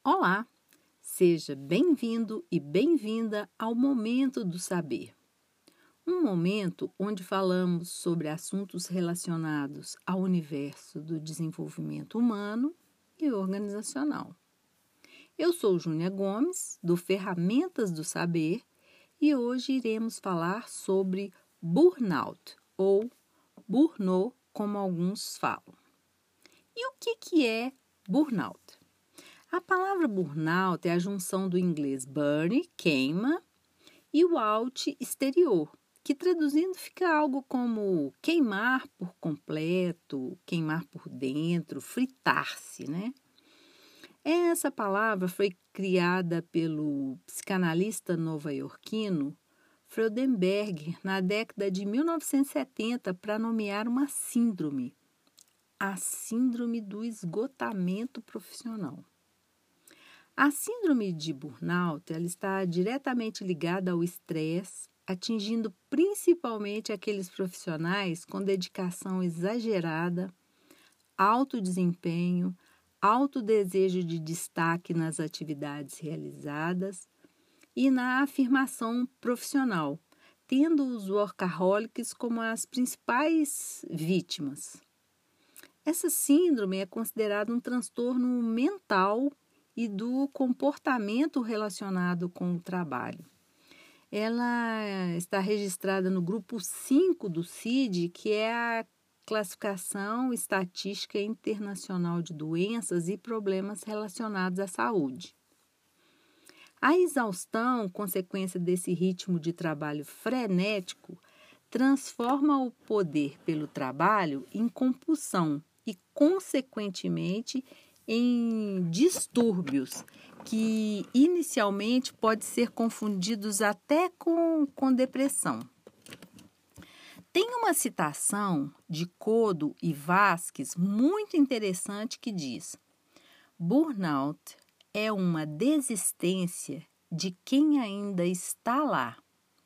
Olá, seja bem-vindo e bem-vinda ao Momento do Saber. Um momento onde falamos sobre assuntos relacionados ao universo do desenvolvimento humano e organizacional. Eu sou Júnia Gomes, do Ferramentas do Saber, e hoje iremos falar sobre burnout, ou burnout, como alguns falam. E o que é burnout? A palavra burnout é a junção do inglês burn, queima, e o out, exterior, que traduzindo fica algo como queimar por completo, queimar por dentro, fritar-se, né? Essa palavra foi criada pelo psicanalista nova-iorquino Freudenberg na década de 1970 para nomear uma síndrome, a síndrome do esgotamento profissional. A síndrome de burnout ela está diretamente ligada ao estresse, atingindo principalmente aqueles profissionais com dedicação exagerada, alto desempenho, alto desejo de destaque nas atividades realizadas e na afirmação profissional, tendo os workaholics como as principais vítimas. Essa síndrome é considerada um transtorno mental e do comportamento relacionado com o trabalho. Ela está registrada no grupo 5 do CID, que é a Classificação Estatística Internacional de Doenças e Problemas Relacionados à Saúde. A exaustão, consequência desse ritmo de trabalho frenético, transforma o poder pelo trabalho em compulsão e, consequentemente, em distúrbios que inicialmente podem ser confundidos até com depressão. Tem uma citação de Codo e Vasquez muito interessante que diz: burnout é uma desistência de quem ainda está lá,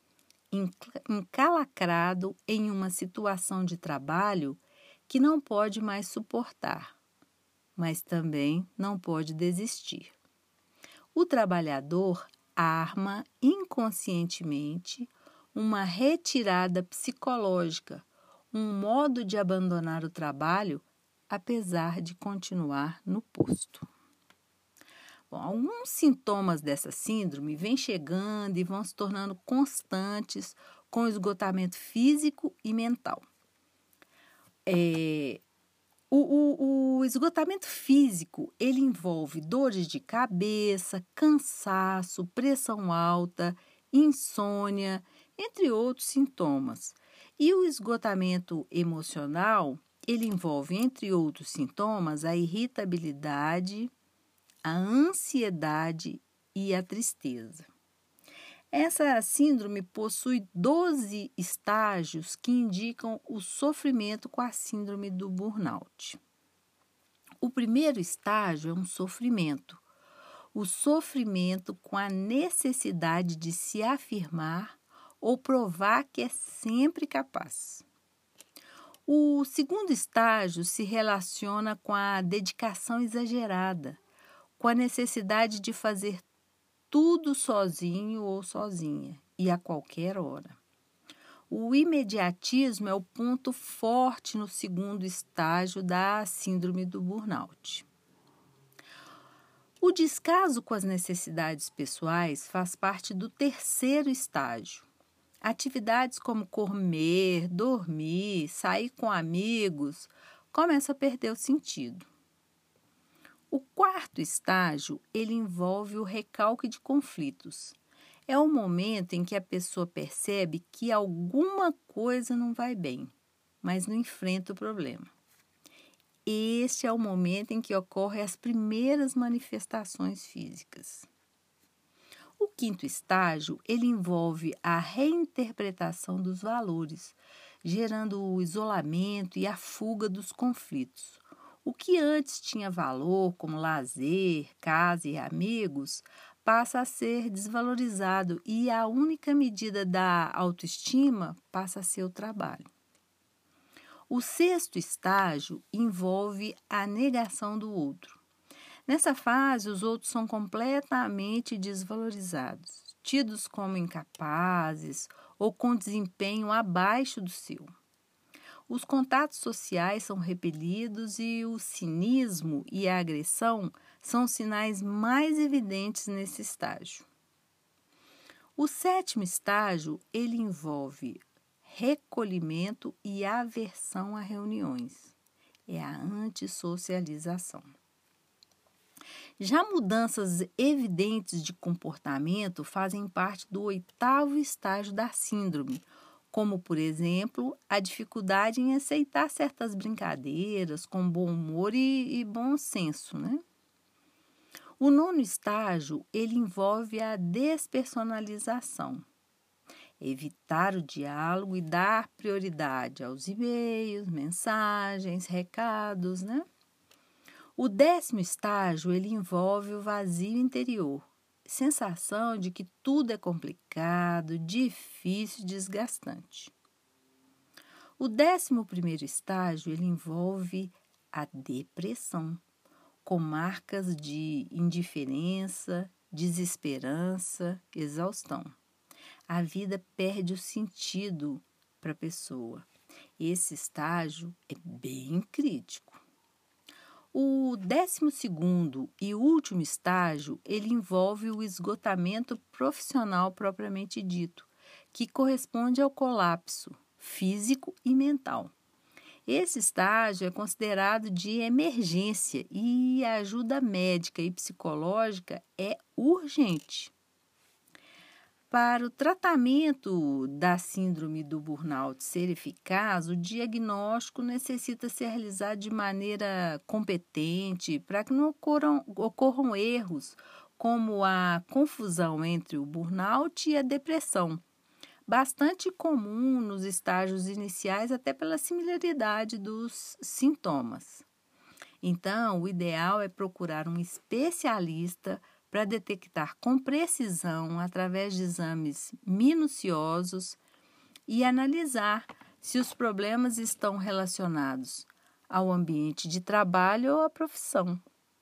encalacrado em uma situação de trabalho que não pode mais suportar, mas também não pode desistir. O trabalhador arma inconscientemente uma retirada psicológica, um modo de abandonar o trabalho, apesar de continuar no posto. Bom, alguns sintomas dessa síndrome vêm chegando e vão se tornando constantes com o esgotamento físico e mental. O esgotamento físico, ele envolve dores de cabeça, cansaço, pressão alta, insônia, entre outros sintomas. E o esgotamento emocional, ele envolve, entre outros sintomas, a irritabilidade, a ansiedade e a tristeza. Essa síndrome possui 12 estágios que indicam o sofrimento com a síndrome do burnout. O primeiro estágio é um sofrimento. O sofrimento com a necessidade de se afirmar ou provar que é sempre capaz. O segundo estágio se relaciona com a dedicação exagerada, com a necessidade de fazer tudo sozinho ou sozinha e a qualquer hora. O imediatismo é o ponto forte no segundo estágio da síndrome do burnout. O descaso com as necessidades pessoais faz parte do terceiro estágio. Atividades como comer, dormir, sair com amigos começam a perder o sentido. O quarto estágio, ele envolve o recalque de conflitos. É o momento em que a pessoa percebe que alguma coisa não vai bem, mas não enfrenta o problema. Este é o momento em que ocorrem as primeiras manifestações físicas. O quinto estágio, ele envolve a reinterpretação dos valores, gerando o isolamento e a fuga dos conflitos. O que antes tinha valor, como lazer, casa e amigos, passa a ser desvalorizado e a única medida da autoestima passa a ser o trabalho. O sexto estágio envolve a negação do outro. Nessa fase, os outros são completamente desvalorizados, tidos como incapazes ou com desempenho abaixo do seu. Os contatos sociais são repelidos e o cinismo e a agressão são os sinais mais evidentes nesse estágio. O 7º estágio, ele envolve recolhimento e aversão a reuniões. É a antissocialização. Já mudanças evidentes de comportamento fazem parte do 8º estágio da síndrome, como, por exemplo, a dificuldade em aceitar certas brincadeiras com bom humor e bom senso, né? O 9º estágio, ele envolve a despersonalização. Evitar o diálogo e dar prioridade aos e-mails, mensagens, recados, né? O 10º estágio, ele envolve o vazio interior, sensação de que tudo é complicado, difícil e desgastante. O 11º estágio, ele envolve a depressão, com marcas de indiferença, desesperança, exaustão. A vida perde o sentido para a pessoa. Esse estágio é bem crítico. O 12º e último estágio, ele envolve o esgotamento profissional propriamente dito, que corresponde ao colapso físico e mental. Esse estágio é considerado de emergência e a ajuda médica e psicológica é urgente. Para o tratamento da síndrome do burnout ser eficaz, o diagnóstico necessita ser realizado de maneira competente para que não ocorram erros, como a confusão entre o burnout e a depressão, bastante comum nos estágios iniciais, até pela similaridade dos sintomas. Então, o ideal é procurar um especialista para detectar com precisão, através de exames minuciosos, e analisar se os problemas estão relacionados ao ambiente de trabalho ou à profissão.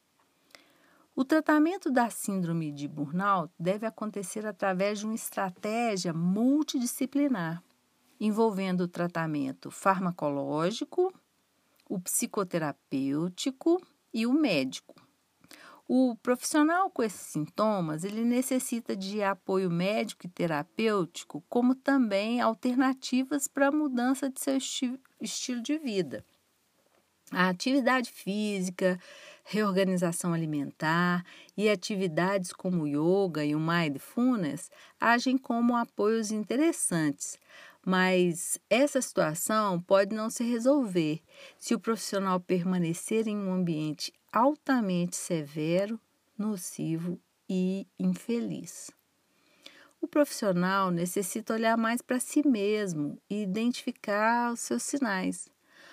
O tratamento da síndrome de burnout deve acontecer através de uma estratégia multidisciplinar, envolvendo o tratamento farmacológico, o psicoterapêutico e o médico. O profissional com esses sintomas, ele necessita de apoio médico e terapêutico, como também alternativas para a mudança de seu estilo de vida. A atividade física, reorganização alimentar e atividades como o yoga e o mindfulness agem como apoios interessantes, mas essa situação pode não se resolver se o profissional permanecer em um ambiente altamente severo, nocivo e infeliz. O profissional necessita olhar mais para si mesmo e identificar os seus sinais.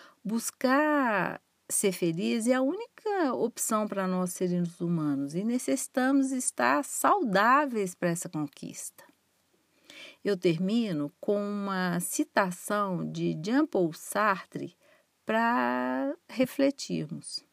Buscar ser feliz é a única opção para nós seres humanos e necessitamos estar saudáveis para essa conquista. Eu termino com uma citação de Jean-Paul Sartre para refletirmos.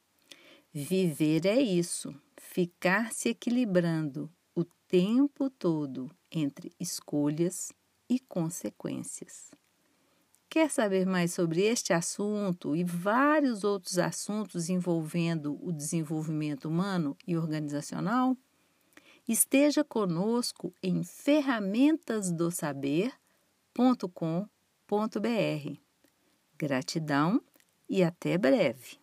Viver é isso, ficar se equilibrando o tempo todo entre escolhas e consequências. Quer saber mais sobre este assunto e vários outros assuntos envolvendo o desenvolvimento humano e organizacional? Esteja conosco em ferramentasdosaber.com.br. Gratidão e até breve!